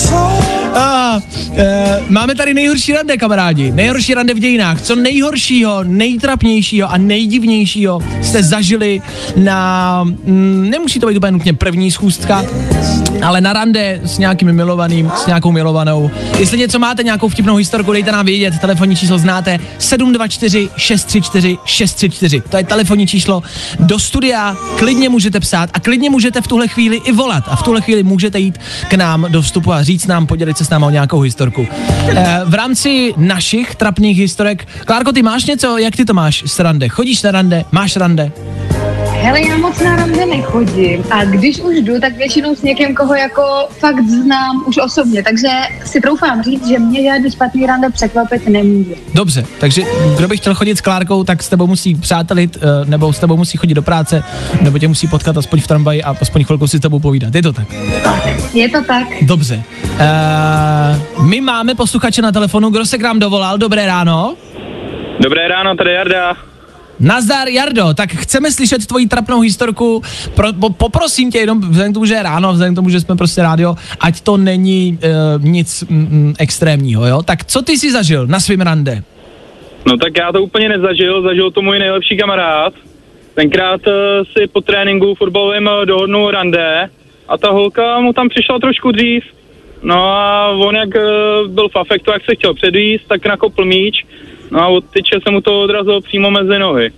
Máme tady nejhorší rande, kamarádi. Nejhorší rande v dějinách. Co nejhoršího, nejtrapnějšího a nejdivnějšího jste zažili na... nemusí to být úplně nutně první schůzka, ale na rande s nějakým milovaným, s nějakou milovanou. Jestli něco máte, nějakou vtipnou historku, dejte nám vědět. Telefonní číslo znáte 724 634 634. To je telefonní číslo do studia. Klidně můžete psát a klidně můžete v tuhle chvíli i volat. A v tuhle chvíli můžete jít k nám do vstupu a říct nám, podělit se s námi o nějakou historku. V rámci našich trapných historek. Klárko, ty máš něco? Jak ty to máš s rande? Chodíš na rande? Máš rande? Hele, já moc na rande nechodím a když už jdu, tak většinou s někým, koho jako fakt znám už osobně, takže si troufám říct, že mě žádný špatný rande překvapit nemůže. Dobře, takže kdo by chtěl chodit s Klárkou, tak s tebou musí přátelit, nebo s tebou musí chodit do práce, nebo tě musí potkat aspoň v tramvaji a aspoň chvilku si s tebou povídat. Je to tak? Je to tak. Dobře. My máme posluchače na telefonu, kdo se k nám dovolal, dobré ráno. Dobré ráno, tady Jarda. Nazdar, Jardo, tak chceme slyšet tvoji trapnou historku, poprosím tě jenom, vzhledem k tomu, že je ráno, vzhledem k tomu, že jsme prostě rádio, ať to není nic extrémního, jo? Tak co ty jsi zažil na svým rande? No tak já to úplně zažil to můj nejlepší kamarád. Tenkrát si po tréninku fotbalovým dohodnul rande a ta holka mu tam přišla trošku dřív. No a on jak byl v afektu, jak se chtěl předvíst, tak nakopl míč. No a odtyčil se mu to odrazilo přímo mezi nohy.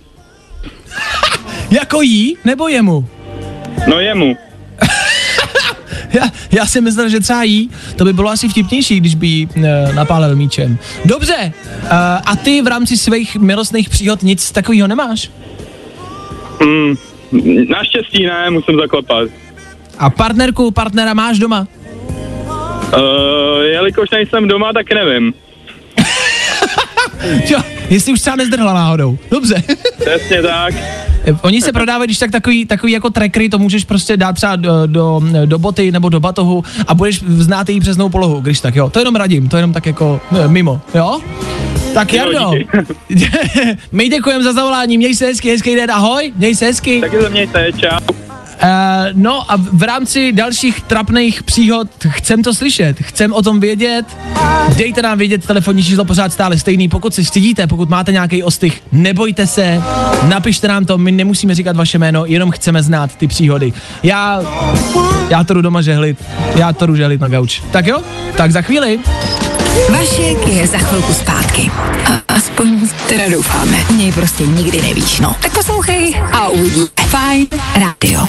Jako jí, nebo jemu? No jemu. Já si myslel, že třeba jí, to by bylo asi vtipnější, když by jí napálil míčem. Dobře, a ty v rámci svých milostných příhod nic takového nemáš? Naštěstí ne, musím zaklepat. A partnera máš doma? Jelikož nejsem doma, tak nevím. Jo, jestli už třeba nezdrhla náhodou. Dobře. Přesně tak. Oni se prodávají, když tak takový jako trackery, to můžeš prostě dát třeba do boty nebo do batohu a budeš znát její přesnou polohu, když tak, jo. To jenom radím, to jenom tak jako mimo, jo? Tak Jardo, my děkujeme za zavolání, měj se hezký den, ahoj, měj se hezky. Taky za mějte, čau. No a v rámci dalších trapných příhod chcem to slyšet, chcem o tom vědět, dejte nám vědět, telefonní číslo pořád stále stejný, pokud si stydíte, pokud máte nějaký ostych, nebojte se, napište nám to, my nemusíme říkat vaše jméno, jenom chceme znát ty příhody. Já to jdu doma žehlit, na gauč. Tak jo, tak za chvíli. Vašek je za chvilku zpátky. Aspoň teda doufáme. Něj prostě nikdy nevíš, no. Tak poslouchej a uvidí. Fajn rádio.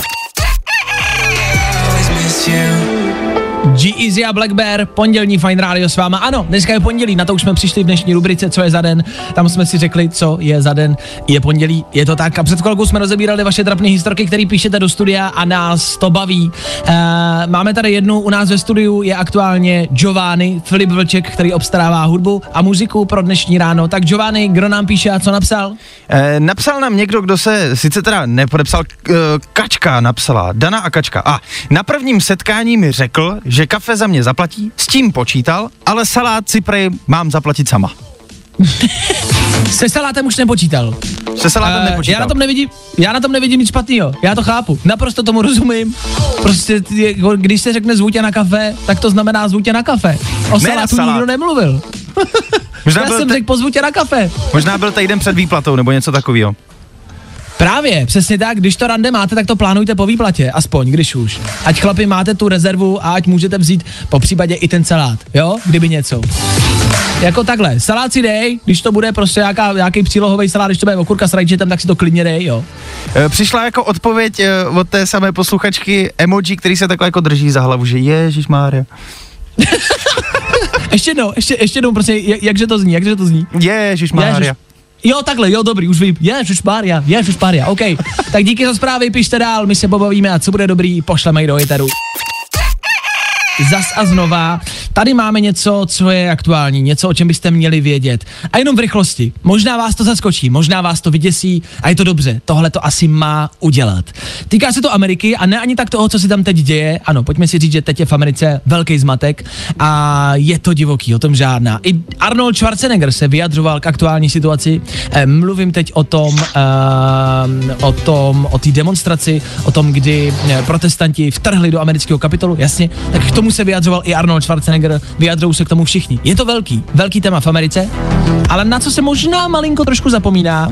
G-Eazy a Black Bear, pondělní Fajn rádio s váma. Ano, dneska je pondělí, na to už jsme přišli v dnešní rubrice Co je za den. Tam jsme si řekli, co je za den. Je pondělí, je to tak. A před chvilkou jsme rozebírali vaše trapné historky, které píšete do studia a nás to baví. Máme tady jednu u nás ve studiu, je aktuálně Giovanni, Filip Vlček, který obstarává hudbu a muziku pro dnešní ráno. Tak Giovanni, kdo nám píše a co napsal? Napsal nám někdo, kdo se sice teda nepodepsal, Kačka napsala, Dana a Kačka. A na prvním setkání mi řekl, že kafe za mě zaplatí, s tím počítal, ale salát si prej mám zaplatit sama. Se salátem už nepočítal. Se salátem nepočítal. Já na tom nevidím nic špatného. Já to chápu. Naprosto tomu rozumím. Prostě, když se řekne zvůtě na kafe, tak to znamená zvůtě na kafe. O salátu nikdo nemluvil. Já jsem řekl pozvůtě na kafe. Možná byl týden před výplatou nebo něco takového. Právě, přesně tak, když to rande máte, tak to plánujte po výplatě, aspoň, když už. Ať chlapi máte tu rezervu a ať můžete vzít po případě i ten salát, jo, kdyby něco. Jako takhle, salát si dej, když to bude prostě nějaký přílohový salát, když to bude okurka s rajčetem, tak si to klidně dej, jo. Přišla jako odpověď od té samé posluchačky emoji, který se takhle jako drží za hlavu, že ježišmária. ještě jednou, prostě, jakže to zní? Ježišmária. Jo, takhle, jo, dobrý, už vím. Ježišmarja, OK. Tak díky za zprávy, pište dál, my se pobavíme a co bude dobrý, pošleme ji do éteru. Zas a znova, tady máme něco, co je aktuální, něco, o čem byste měli vědět. A jenom v rychlosti. Možná vás to zaskočí, možná vás to vyděsí a je to dobře, tohle to asi má udělat. Týká se to Ameriky a ne ani tak toho, co se tam teď děje. Ano, pojďme si říct, že teď je v Americe velký zmatek a je to divoký, o tom žádná. I Arnold Schwarzenegger se vyjadřoval k aktuální situaci. Mluvím teď o té demonstraci, o tom, kdy protestanti vtrhli do amerického Kapitolu, jasně, tak k tomu se vyjadřoval i Arnold Schwarzenegger, vyjadřují se k tomu všichni. Je to velký téma v Americe, ale na co se možná malinko trošku zapomíná,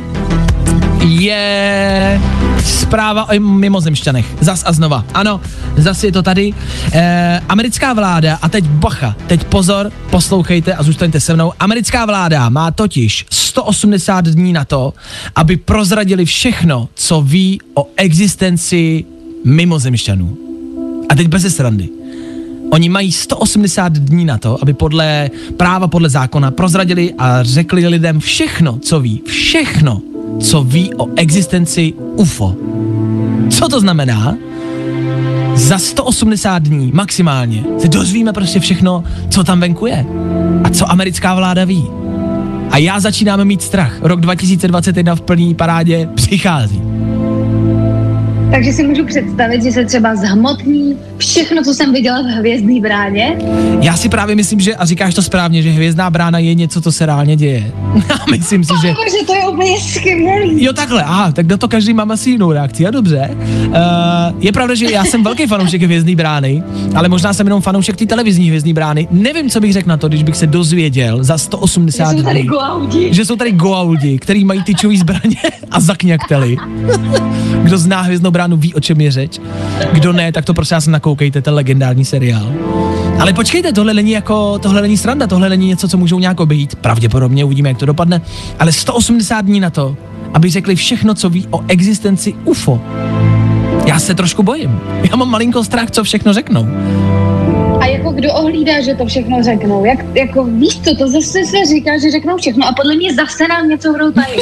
je zpráva o mimozemšťanech. Zas a znova. Ano, zas je to tady. Americká vláda, a teď bacha, teď pozor, poslouchejte a zůstaňte se mnou. Americká vláda má totiž 180 dní na to, aby prozradili všechno, co ví o existenci mimozemšťanů. A teď bez srandy. Oni mají 180 dní na to, aby podle práva, podle zákona prozradili a řekli lidem všechno, co ví o existenci UFO. Co to znamená? Za 180 dní maximálně se dozvíme prostě všechno, co tam venku je a co americká vláda ví. A já začínám mít strach. Rok 2021 v plný parádě přichází. Takže si můžu představit, že se třeba zhmotní všechno, co jsem viděla v Hvězdný bráně? Já si právě myslím, že, a říkáš to správně, že Hvězdná brána je něco, co se reálně děje. Myslím si, že to je úplně skvělý. Jo, takhle, aha, tak na to každý má asi jinou reakci, a dobře. Je pravda, že já jsem velký fanoušek Hvězdný brány, ale možná jsem jenom fanoušek té televizní Hvězdný brány. Nevím, co bych řekl na to, když bych se dozvěděl za 180 dní, že jsou tady Goa'uldi, který mají tyčový zbraně a zakňakteli. Kdo zná Hvězdnou bránu, ví, o čem je řeč. Kdo ne, tak to prostě nakoukejte, ten legendární seriál. Ale počkejte, tohle není sranda, tohle není něco, co můžou nějak obejít. Pravděpodobně uvidíme, jak to dopadne. Ale 180 dní na to, aby řekli všechno, co ví o existenci UFO. Já se trošku bojím. Já mám malinko strach, co všechno řeknou. A jako kdo ohlídá, že to všechno řeknou? Jako víš co, to zase se říká, že řeknou všechno a podle mě zase nám něco budou tajit.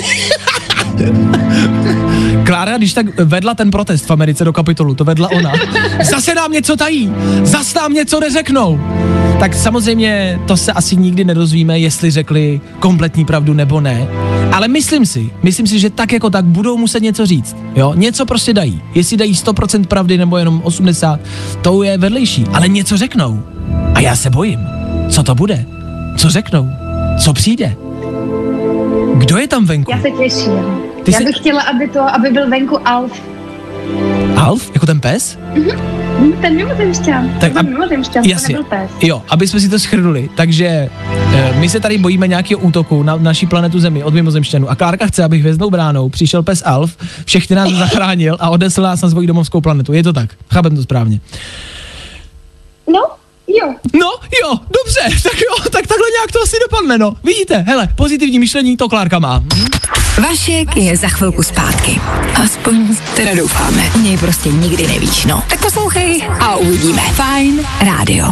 Klára, když tak vedla ten protest v Americe do Kapitolu, to vedla ona. Zase nám něco tají, zase nám něco neřeknou. tak samozřejmě to se asi nikdy nedozvíme, jestli řekli kompletní pravdu nebo ne, ale myslím si, že tak jako tak budou muset něco říct, jo, něco prostě dají, jestli dají 100% pravdy nebo jenom 80, to je vedlejší, ale něco řeknou a já se bojím, co to bude, co řeknou, co přijde, kdo je tam venku? Já se těším. Já bych chtěla, aby byl venku Alf. Alf? Jako ten pes? Ten mimozemšťan. Jasně. Nebyl pes. Jo, aby jsme si to shrnuli. Takže my se tady bojíme nějakého útoku na naší planetu Zemi od mimozemšťanů a Klárka chce, aby hvězdnou bránou přišel pes Alf, všechny nás zachránil a odnesl nás na svoji domovskou planetu. Je to tak? Chápem to správně. No, jo, dobře, tak takhle nějak to asi dopadne, no. Vidíte, hele, pozitivní myšlení to Klárka má. Vašek je za chvilku zpátky. Aspoň teda doufáme. Něj prostě nikdy nevíš, no. Tak poslouchej a uvidíme. Fajn rádio.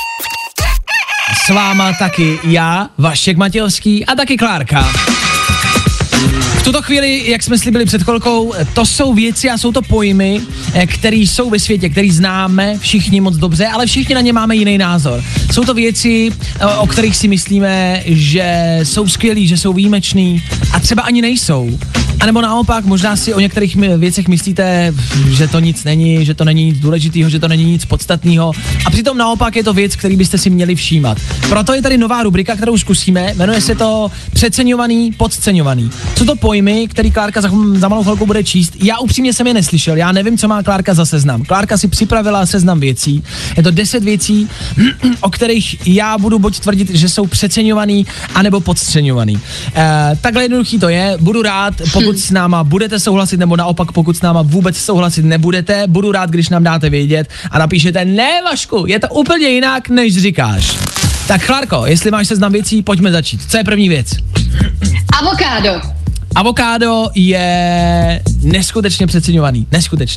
S váma taky já, Vašek Matějovský a taky Klárka. V tuto chvíli, jak jsme slíbili před chvilkou, to jsou věci a jsou to pojmy, které jsou ve světě, které známe všichni moc dobře, ale všichni na ně máme jiný názor. Jsou to věci, o kterých si myslíme, že jsou skvělý, že jsou výjimečný a třeba ani nejsou. A nebo naopak, možná si o některých věcech myslíte, že to nic není, že to není nic důležitého, že to není nic podstatného. A přitom naopak je to věc, který byste si měli všímat. Proto je tady nová rubrika, kterou zkusíme, jmenuje se to Přeceňovaný, podceňovaný. Jsou to pojmy, který Klárka za malou chvilku bude číst. Já upřímně jsem je neslyšel, já nevím, co má Klárka za seznam. Klárka si připravila seznam věcí. Je to 10 věcí, o kterých já budu buď tvrdit, že jsou přeceňovaný, anebo podceňovaný. Takhle jednoduchý to je. Budu rád, pokud s náma budete souhlasit, nebo naopak, pokud s náma vůbec souhlasit nebudete. Budu rád, když nám dáte vědět a napíšete, ne Vašku, je to úplně jinak, než říkáš. Tak Klárko, jestli máš seznam věcí, pojďme začít. Co je první věc? Avokádo. Avokádo je neskutečně přeceňovaný. Neskutečně.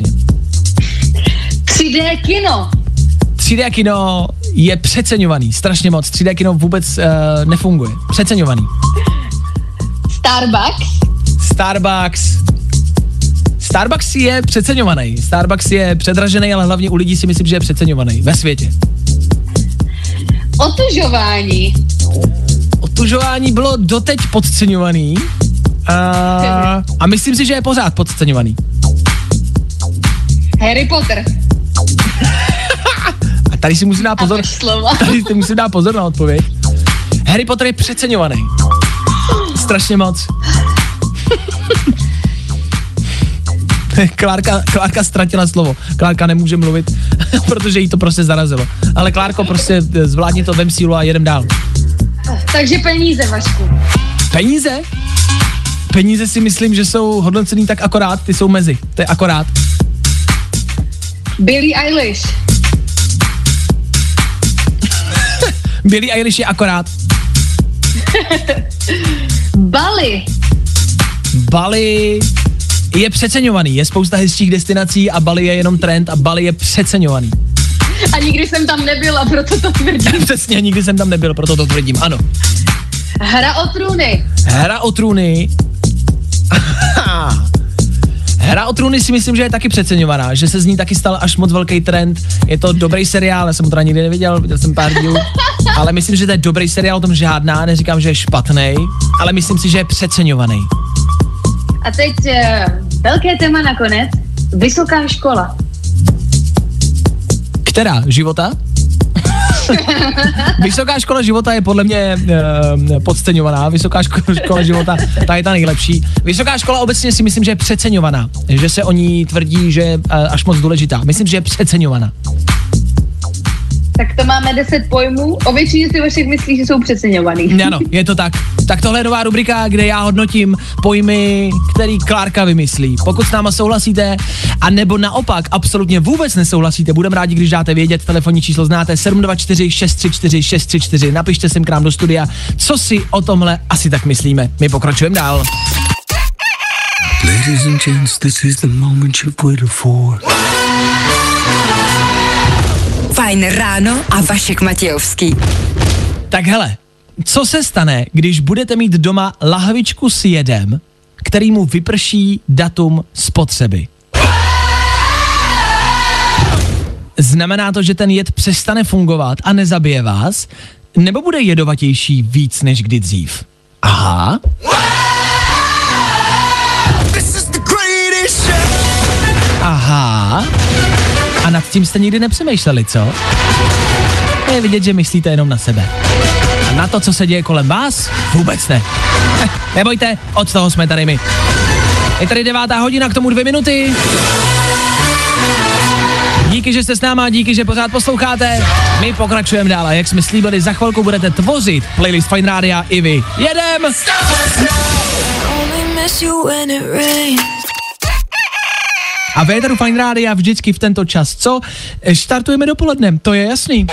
3D kino. 3D kino je přeceňovaný. Strašně moc. 3D kino vůbec nefunguje. Přeceňovaný. Starbucks je přeceňovaný. Starbucks je předražený, ale hlavně u lidí si myslím, že je přeceňovaný. Ve světě. Otužování bylo doteď podceňovaný. A myslím si, že je pořád podceňovaný. Harry Potter. A tady si musím dát pozor. Tady si musím dát pozor na odpověď. Harry Potter je přeceňovaný. Strašně moc. Klárka ztratila slovo. Klárka nemůže mluvit, protože jí to prostě zarazilo. Ale Klárko, prostě zvládni to, vem sílu a jedem dál. Takže peníze, Vašku. Peníze? Peníze si myslím, že jsou hodnocený tak akorát, ty jsou mezi. To je akorát. Billie Eilish. Billie Eilish je akorát. Bali je přeceňovaný. Je spousta hezčích destinací a Bali je jenom trend a Bali je přeceňovaný. A nikdy jsem tam nebyla, proto to tvrdím. Přesně, nikdy jsem tam nebyl, proto to tvrdím, ano. Hra o trůny. Hra o trůny si myslím, že je taky přeceňovaná, že se z ní taky stal až moc velký trend. Je to dobrý seriál, já jsem ho teda nikdy neviděl, viděl jsem pár dílů, ale myslím, že to je dobrý seriál, o tom žádná, neříkám, že je špatný, ale myslím si, že je přeceňovaný. A teď velké téma nakonec, vysoká škola. Která? Života? Vysoká škola života je podle mě podceňovaná. Vysoká škola života, ta je ta nejlepší. Vysoká škola obecně si myslím, že je přeceňovaná. Že se o ní tvrdí, že je až moc důležitá. Myslím, že je přeceňovaná. Tak to máme 10 pojmů. O většině si Vašek myslí, že jsou přeceňovaný. Ano, je to tak. Tak tohle je nová rubrika, kde já hodnotím pojmy, který Klárka vymyslí. Pokud s náma souhlasíte, a nebo naopak absolutně vůbec nesouhlasíte, budeme rádi, když dáte vědět, telefonní číslo znáte 724 634 634. Napište sem k nám do studia, co si o tomhle asi tak myslíme. My pokračujeme dál. Ladies and gents, this is the moment you've waited for. Fajn ráno a Vašek Matějovský. Tak hele, co se stane, když budete mít doma lahvičku s jedem, kterýmu vyprší datum spotřeby? znamená to, že ten jed přestane fungovat a nezabije vás, nebo bude jedovatější víc než kdy dřív? Aha. Aha. A nad tím jste nikdy nepřemýšleli, co? Je vidět, že myslíte jenom na sebe. A na to, co se děje kolem vás, vůbec ne. Nebojte, od toho jsme tady my. Je tady 9. hodina, k tomu 2 minuty. Díky, že jste s náma, díky, že pořád posloucháte. My pokračujeme dál a jak jsme slíbili, za chvilku budete tvořit playlist Fajn Rádia i vy. Jedem! A v éteru Fajn Rádia vždycky v tento čas, co? Startujeme dopolednem, to je jasný.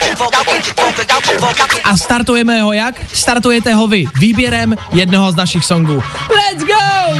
A startujeme ho jak? Startujete ho vy výběrem jednoho z našich songů. Let's go!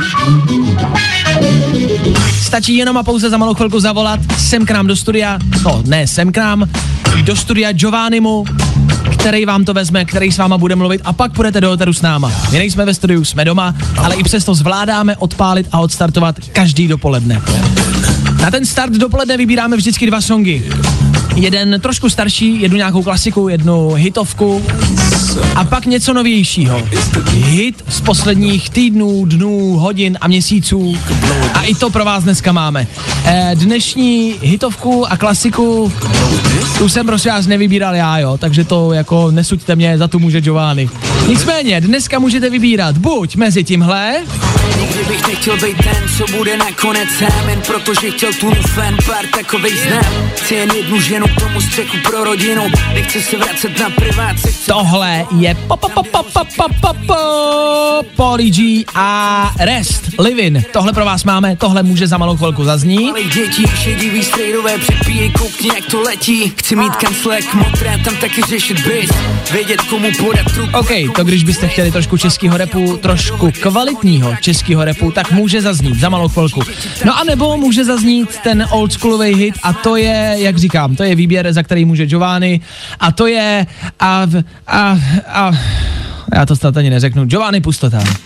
Stačí jenom a pouze za malou chvilku zavolat sem k nám do studia, no ne sem k nám, do studia Giovannimu, který vám to vezme, který s váma bude mluvit a pak půjdete do éteru s náma. My nejsme ve studiu, jsme doma, ale i přesto zvládáme odpálit a odstartovat každý dopoledne. Na ten start dopoledne vybíráme vždycky 2 songy. Jeden trošku starší, jednu nějakou klasiku, jednu hitovku a pak něco novějšího. Hit z posledních týdnů, dnů, hodin a měsíců. A i to pro vás dneska máme. Dnešní hitovku a klasiku tu jsem prostě vás nevybíral já, jo, takže to jako nesuďte mě, za to může Giovanni. Nicméně, dneska můžete vybírat buď mezi tímhle. Nikdy bych nechtěl být ten, co bude nakonec sám, jen protože chtěl tu fen, pár takovej znám. Chci jen jednu ženu k tomu střechu pro rodinu, nechci se vracet na priváci. Tohle je Pauly G a Rest, Livin. Tohle pro vás máme, tohle může za malou chvilku zaznít. Malých dětí, šedivý strejdové, připíjej, koukni jak to letí. Chci mít kanclek, motré, tam taky řešit biz, vědět komu podat trup. OK, to když byste chtěli trošku českýho rapu, trošku kvalitního českýho rapu, tak může zaznít za malou chvilku. No a nebo může zaznít ten oldschoolový hit a to je, jak říkám, to je výběr, za který může Giovanni a to je já to snad ani neřeknu. Giovanni, pust to tam.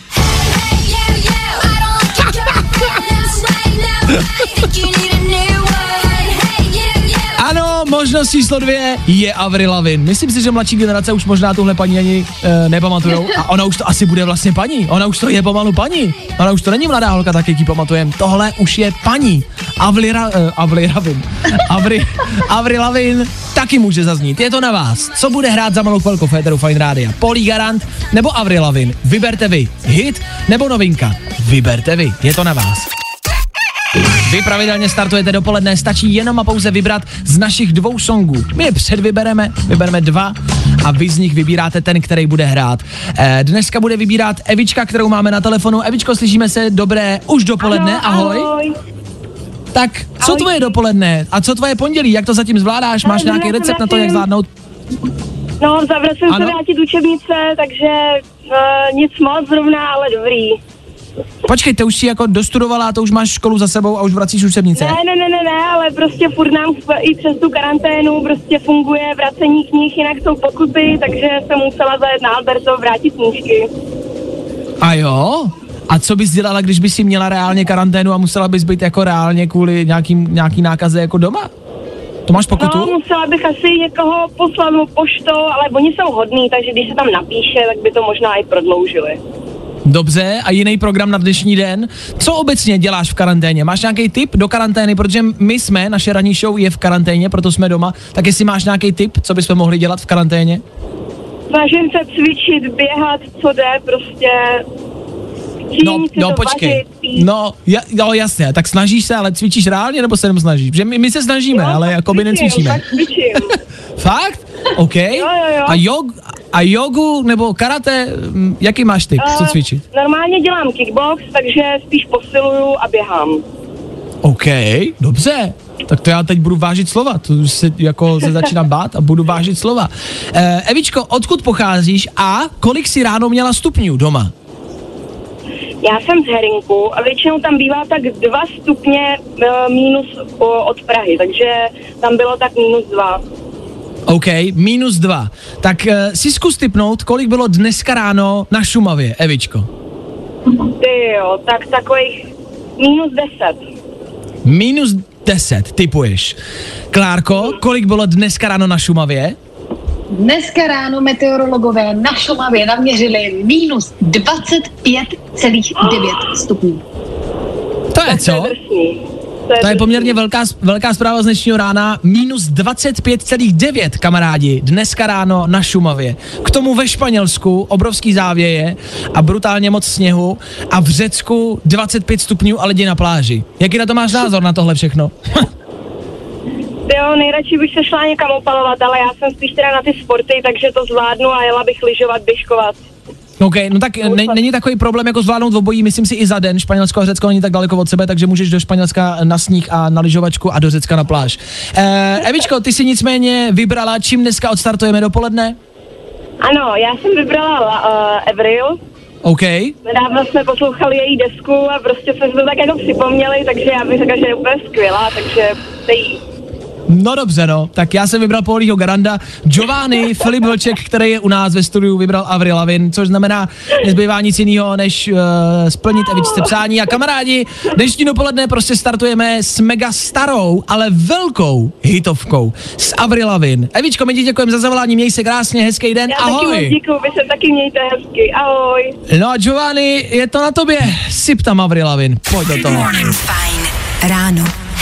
Ano, možnost číslo 2 je Avril Lavigne. Myslím si, že mladší generace už možná tuhle paní ani nepamatujou. A ona už to asi bude vlastně paní. Ona už to je pomalu paní. Ona už to není mladá holka, tak jak ji pamatujem. Tohle už je paní. Avril Lavigne taky může zaznít. Je to na vás. Co bude hrát za malou chvilku v éteru Fajn Rádia? Polly Garant nebo Avril Lavigne? Vyberte vy. Hit nebo novinka? Vyberte vy. Je to na vás. Vy pravidelně startujete dopoledne, stačí jenom a pouze vybrat z našich 2 songů. My je vybereme 2 a vy z nich vybíráte ten, který bude hrát. Dneska bude vybírat Evička, kterou máme na telefonu. Evičko, slyšíme se, dobré už dopoledne, ahoj. Ahoj. Tak, co tvoje dopoledne a co tvoje pondělí, jak to zatím zvládáš, máš nějaký recept na to, jak zvládnout? No, zavracím se vrátit učebnice, takže nic moc zrovna, ale dobrý. Počkej, ty už si jako dostudovala, to už máš školu za sebou a už vracíš učebnice? Ne, ale prostě furt nám i přes tu karanténu prostě funguje vracení knih, jinak jsou pokuty, takže jsem musela zajet na Alberto vrátit knížky. A jo? A co bys dělala, když bys si měla reálně karanténu a musela bys být jako reálně kvůli nějaký nákaze jako doma? To máš pokutu? No, musela bych asi někoho poslat poštou, ale oni jsou hodní, takže když se tam napíše, tak by to možná i prodloužili. Dobře, a jiný program na dnešní den. Co obecně děláš v karanténě? Máš nějaký tip do karantény, protože my jsme, naše ranní show je v karanténě, proto jsme doma, tak jestli máš nějaký tip, co bychom mohli dělat v karanténě? Snažím se cvičit, běhat, co jde, prostě... No počkej, no jasně, tak snažíš se, ale cvičíš reálně, nebo se jenom snažíš? Že my se snažíme, jo, ale jako by necvičíme. Tak cvičím. Fakt? OK. Jo. A jogu nebo karate, jaký máš typ, co cvičit? Normálně dělám kickbox, takže spíš posiluju a běhám. OK, dobře. Tak to já teď budu vážit slova, to už se začínám bát a budu vážit slova. Evičko, odkud pocházíš a kolik si ráno měla stupňů doma? Já jsem z Herinku a většinou tam bývá tak 2 stupně mínus od Prahy, takže tam bylo tak -2. OK, -2. Tak si zkus tipnout, kolik bylo dneska ráno na Šumavě, Evičko? Ty jo, tak takových -10. 10, tipuješ. Klárko, kolik bylo dneska ráno na Šumavě? Dneska ráno meteorologové na Šumavě naměřili minus 25,9 stupňů. To je co? To je poměrně velká zpráva z dnešního rána. Minus 25,9, kamarádi, dneska ráno na Šumavě. K tomu ve Španělsku obrovský závěje a brutálně moc sněhu a v Řecku 25 stupňů a lidi na pláži. Jaký na to máš názor na tohle všechno? Jo, nejradši bych se šla někam opalovat, ale já jsem spíš teda na ty sporty, takže to zvládnu a jela bych lyžovat, běžkovat. OK, no tak není takový problém jako zvládnout obojí, myslím si i za den. Španělsko a Řecko není tak daleko od sebe, takže můžeš do Španělska na sníh a na lyžovačku a do Řecka na pláž. Evičko, ty si nicméně vybrala, čím dneska odstartujeme dopoledne? Ano, já jsem vybrala Avril. OK. Nedávno jsme poslouchali její desku a prostě jsme to tak jako připomněli, takže já bych řekla, že je úplně skvělá, takže jí. No dobře, no, tak já jsem vybral Paulího Garanda, Giovanni, Filip Vlček, který je u nás ve studiu, vybral Avril Lavigne, což znamená, nezbývá nic jiného, než splnit Evičce přání. A kamarádi, dnešní dopoledne prostě startujeme s mega starou, ale velkou hitovkou s Avril Lavigne. Evičko, my ti děkujeme za zavolání, měj se krásně, hezký den, ahoj. Já taky děkuju, vy se taky mějte hezky, ahoj. No a Giovanni, je to na tobě, syp tam Avril Lavigne, pojď do toho. Fajn ráno.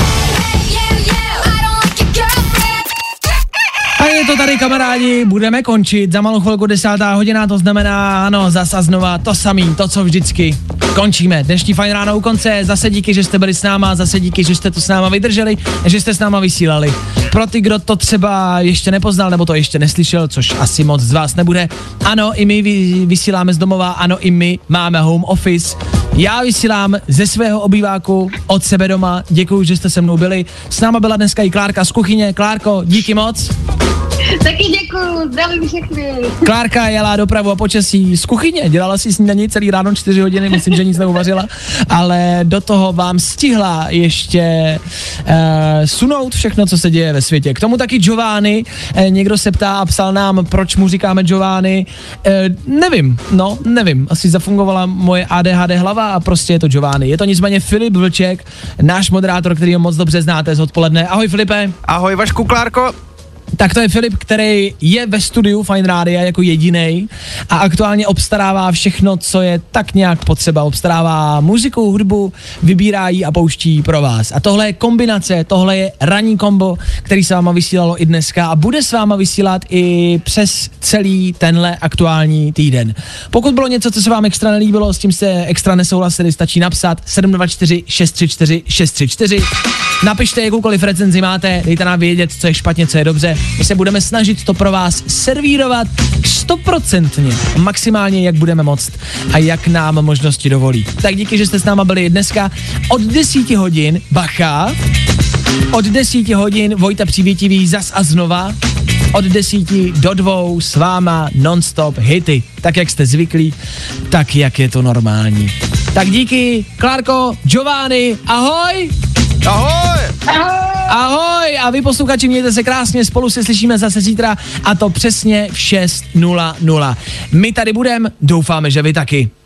A je to tady, kamarádi, budeme končit, za malou chvilku 10. hodina, to znamená, ano, zase a znova to samý, to co vždycky. Končíme dnešní Fajn ráno u konce, zase díky, že jste byli s náma, zase díky, že jste to s náma vydrželi, že jste s náma vysílali. Pro ty, kdo to třeba ještě nepoznal, nebo to ještě neslyšel, což asi moc z vás nebude, ano, i my vysíláme z domova, ano, i my máme home office. Já vysílám ze svého obýváku, od sebe doma, děkuju, že jste se mnou byli. S náma byla dneska i Klárka z kuchyně. Klárko, díky moc. Taky děkuju, zdravím všechny. Klárka jela dopravu a počasí z kuchyně, dělala si snídaní celý ráno 4 hodiny, myslím, že nic neuvařila, ale do toho vám stihla ještě sunout všechno, co se děje ve světě. K tomu taky Giovanni, někdo se ptá a psal nám, proč mu říkáme Giovanni, nevím, asi zafungovala moje ADHD hlava a prostě je to Giovanni. Je to nicméně Filip Vlček, náš moderátor, který ho moc dobře znáte z odpoledne. Ahoj Filipe. Ahoj Vašku, Klárko. Tak to je Filip, který je ve studiu Fajn rádia jako jedinej a aktuálně obstarává všechno, co je tak nějak potřeba. Obstarává muziku, hudbu, vybírá ji a pouští pro vás. A tohle je kombinace, tohle je ranní kombo, který s váma vysílalo i dneska a bude s váma vysílat i přes celý tenhle aktuální týden. Pokud bylo něco, co se vám extra nelíbilo, s tím jste extra nesouhlasili, stačí napsat 724 634 634. Napište jakoukoliv recenzi máte, dejte nám vědět, co je špatně, co je dobře. My se budeme snažit to pro vás servírovat 100%, maximálně jak budeme moct a jak nám možnosti dovolí. Tak díky, že jste s náma byli dneska od 10 hodin, bacha, od 10 hodin Vojta Přívětivý zas a znova, od 10 do 2 s váma non-stop hity, tak jak jste zvyklí, tak jak je to normální. Tak díky, Klárko, Giovanni, ahoj! Ahoj! Ahoj! A vy posluchači, mějte se krásně, spolu se slyšíme zase zítra a to přesně v 6:00. My tady budeme, doufáme, že vy taky.